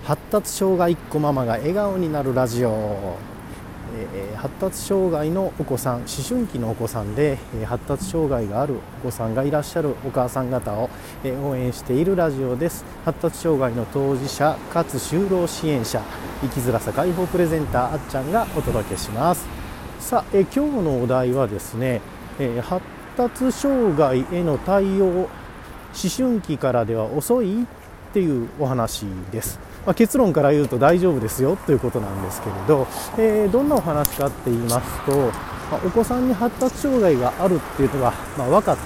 発達障害っ子ママが笑顔になるラジオ。発達障害のお子さん、思春期のお子さんで発達障害があるお子さんがいらっしゃるお母さん方を応援しているラジオです。発達障害の当事者かつ就労支援者、生きづらさ解放プレゼンターあっちゃんがお届けします。さあ、今日のお題はですね、発達障害への対応、思春期からでは遅いっていうお話です。結論から言うと大丈夫ですよということなんですけれど、どんなお話かって言いますと、お子さんに発達障害があるっていうのが、分かった、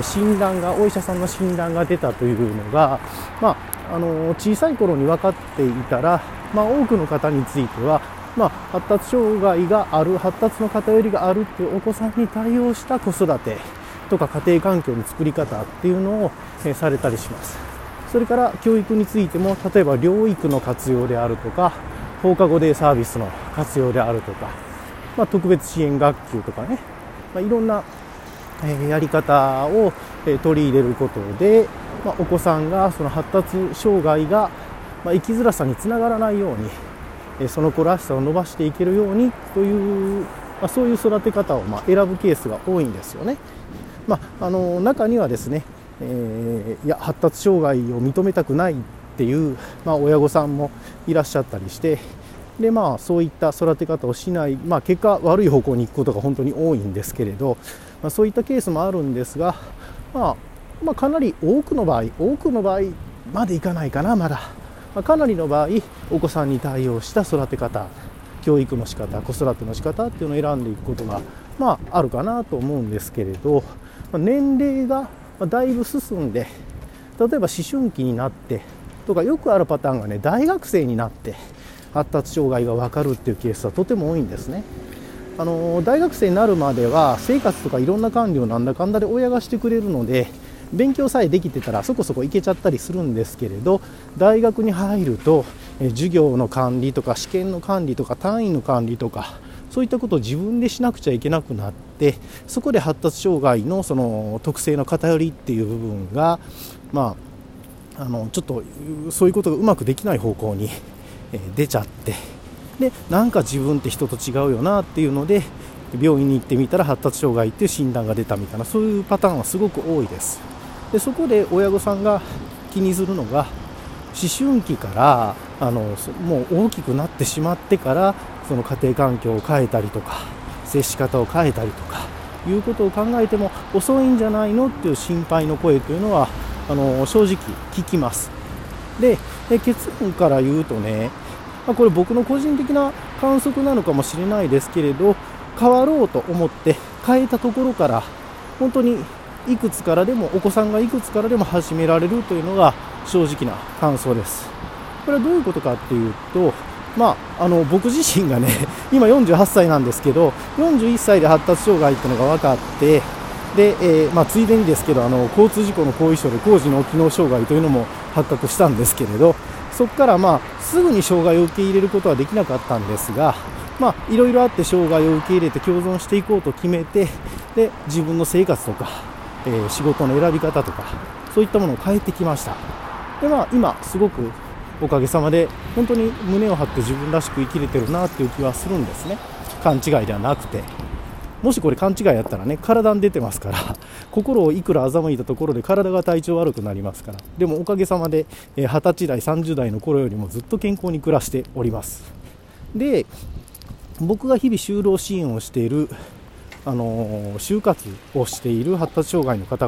診断がお医者さんの診断が出たというのが、小さい頃に分かっていたら、多くの方については、発達障害がある、発達の偏りがあるっていうお子さんに対応した子育てとか家庭環境の作り方っていうのを、されたりします。それから教育についても、例えば療育の活用であるとか、放課後デイサービスの活用であるとか、特別支援学級とかね、いろんなやり方を取り入れることで、お子さんがその発達障害が生きづらさにつながらないように、その子らしさを伸ばしていけるようにという、そういう育て方を選ぶケースが多いんですよね。中にはですね、発達障害を認めたくないっていう、親御さんもいらっしゃったりして、でそういった育て方をしない、結果悪い方向に行くことが本当に多いんですけれど、そういったケースもあるんですが、かなり多くの場合までいかないかな、かなりの場合お子さんに対応した育て方、教育の仕方、子育ての仕方っていうのを選んでいくことがあるかなと思うんですけれど、年齢がだいぶ進んで、例えば思春期になってとか、よくあるパターンがね、大学生になって発達障害が分かるっていうケースはとても多いんですね。大学生になるまでは生活とかいろんな管理をなんだかんだで親がしてくれるので、勉強さえできてたらそこそこいけちゃったりするんですけれど、大学に入ると授業の管理とか試験の管理とか単位の管理とか、そういったことを自分でしなくちゃいけなくなって、そこで発達障害のその特性の偏りっていう部分が、ちょっとそういうことがうまくできない方向に出ちゃって、でなんか自分って人と違うよなっていうので、病院に行ってみたら発達障害っていう診断が出たみたいな、そういうパターンはすごく多いです。でそこで親御さんが気にするのが、思春期からもう大きくなってしまってから、その家庭環境を変えたりとか接し方を変えたりとかいうことを考えても遅いんじゃないのっていう心配の声というのは正直聞きます。で結論から言うとね、これ僕の個人的な観測なのかもしれないですけれど、変わろうと思って変えたところから、本当にいくつからでも、お子さんがいくつからでも始められるというのが正直な感想です。これはどういうことかっていうと、僕自身がね、今48歳なんですけど、41歳で発達障害っていうのが分かって、で、ついでにですけど、交通事故の後遺症で高次脳機能障害というのも発覚したんですけれど、そこからすぐに障害を受け入れることはできなかったんですが、いろいろあって障害を受け入れて共存していこうと決めて、で自分の生活とか、仕事の選び方とか、そういったものを変えてきました。で今すごくおかげさまで本当に胸を張って自分らしく生きれてるなっていう気はするんですね。勘違いではなくて、もしこれ勘違いやったらね、体に出てますから、心をいくら欺いたところで体が体調悪くなりますから。でもおかげさまで20歳代30代の頃よりもずっと健康に暮らしております。で僕が日々就労支援をしている就活をしている発達障害の方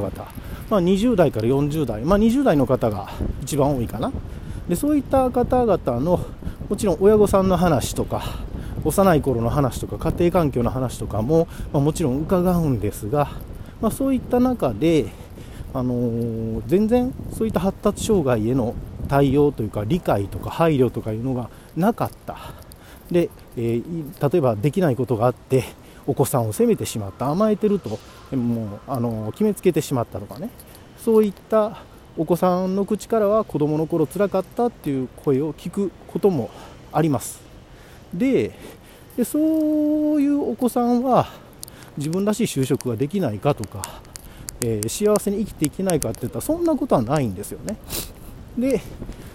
々、20代から40代、20代の方が一番多いかな。でそういった方々の、もちろん親御さんの話とか幼い頃の話とか家庭環境の話とかも、もちろん伺うんですが、そういった中で、全然そういった発達障害への対応というか理解とか配慮とかいうのがなかった。で、例えばできないことがあってお子さんを責めてしまった、甘えてるともう決めつけてしまったとかね、そういったお子さんの口からは子どもの頃辛かったっていう声を聞くこともあります。でそういうお子さんは自分らしい就職ができないかとか、幸せに生きていけないかっていったらそんなことはないんですよね。で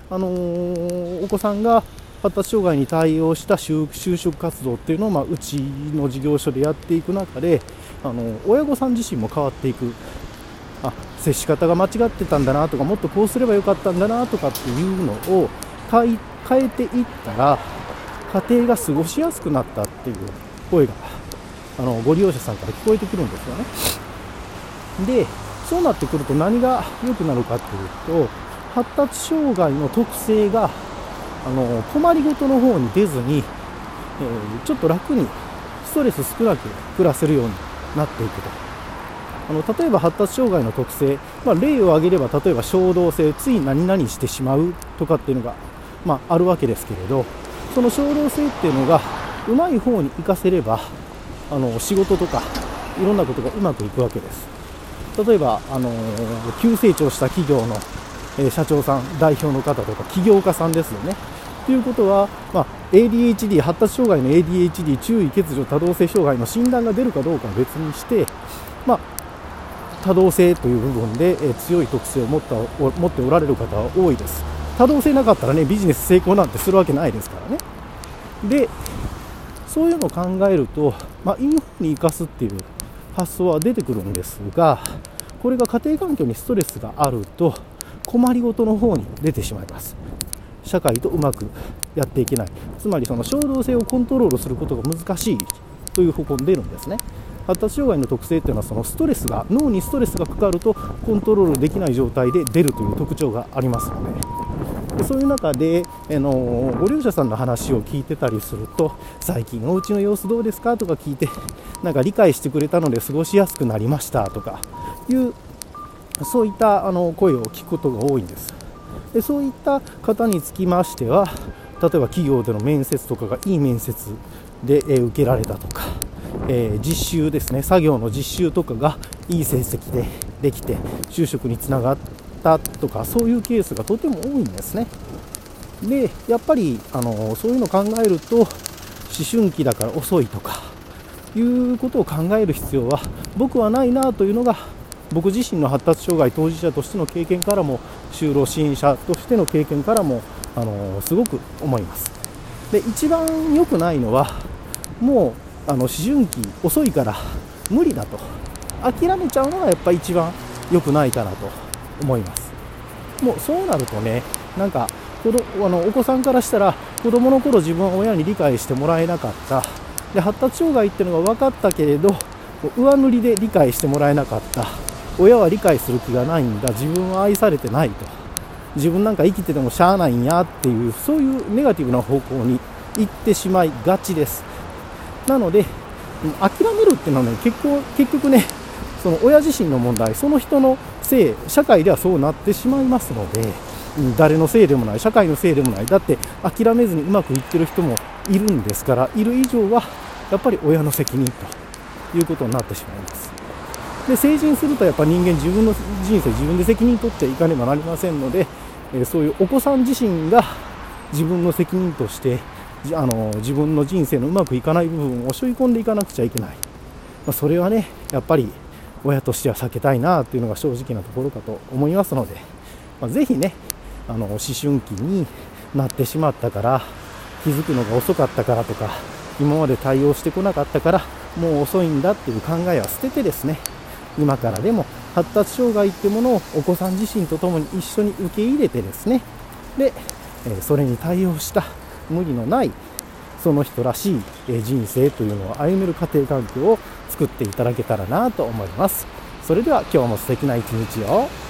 お子さんが発達障害に対応した就職活動っていうのを、うちの事業所でやっていく中で、親御さん自身も変わっていく、接し方が間違ってたんだなとか、もっとこうすればよかったんだなとかっていうのを変えていったら、家庭が過ごしやすくなったっていう声がご利用者さんから聞こえてくるんですよね。で、そうなってくると何が良くなるかっていうと、発達障害の特性が困りごとの方に出ずに、ちょっと楽にストレス少なく暮らせるようになっていくと。例えば発達障害の特性、例を挙げれば、例えば衝動性、つい何々してしまうとかっていうのが、あるわけですけれど、その衝動性っていうのがうまい方に活かせれば、仕事とかいろんなことがうまくいくわけです。例えば急成長した企業の社長さん、代表の方とか起業家さんですよね。ということは、ADHD、発達障害の ADHD、注意欠如多動性障害の診断が出るかどうかは別にして、多動性という部分で強い特性を持っておられる方は多いです。多動性なかったらね、ビジネス成功なんてするわけないですからね。で、そういうのを考えると、いい方に生かすっていう発想は出てくるんですが、これが家庭環境にストレスがあると困りごとの方に出てしまいます。社会とうまくやっていけない、つまりその衝動性をコントロールすることが難しいという方向に出るんですね。発達障害の特性というのは、その脳にストレスがかかるとコントロールできない状態で出るという特徴がありますので、そういう中でご利用者さんの話を聞いてたりすると、最近お家の様子どうですかとか聞いて、なんか理解してくれたので過ごしやすくなりましたとかいう、そういった声を聞くことが多いんです。で、そういった方につきましては、例えば企業での面接とかがいい面接で受けられたとか、実習ですね、作業の実習とかがいい成績でできて就職につながったとか、そういうケースがとても多いんですね。で、やっぱりそういうのを考えると、思春期だから遅いとかいうことを考える必要は僕はないなというのが、僕自身の発達障害当事者としての経験からも、就労支援者としての経験からもすごく思います。で、一番良くないのは、もう思春期遅いから無理だと諦めちゃうのがやっぱり一番良くないかなと思います。もうそうなるとね、なんかお子さんからしたら、子供の頃自分は親に理解してもらえなかった、で発達障害っていうのが分かったけれど上塗りで理解してもらえなかった、親は理解する気がないんだ、自分は愛されてないと、自分なんか生きててもしゃあないんやっていう、そういうネガティブな方向に行ってしまいがちです。なので諦めるっていうのはね、結局ね、その親自身の問題、その人のせい、社会ではそうなってしまいますので、誰のせいでもない、社会のせいでもない。だって諦めずにうまくいってる人もいるんですから、いる以上はやっぱり親の責任ということになってしまいます。で、成人するとやっぱり人間、自分の人生自分で責任取っていかねばなりませんので、そういうお子さん自身が自分の責任として自分の人生のうまくいかない部分を背負い込んでいかなくちゃいけない。それはね、やっぱり親としては避けたいなというのが正直なところかと思いますので、ぜひね、思春期になってしまったから、気づくのが遅かったからとか、今まで対応してこなかったからもう遅いんだっていう考えは捨ててですね、今からでも発達障害っていうものをお子さん自身とともに一緒に受け入れてですね、で、それに対応した無理のないその人らしい人生というのを歩める家庭環境を作っていただけたらなと思います。それでは今日も素敵な一日を。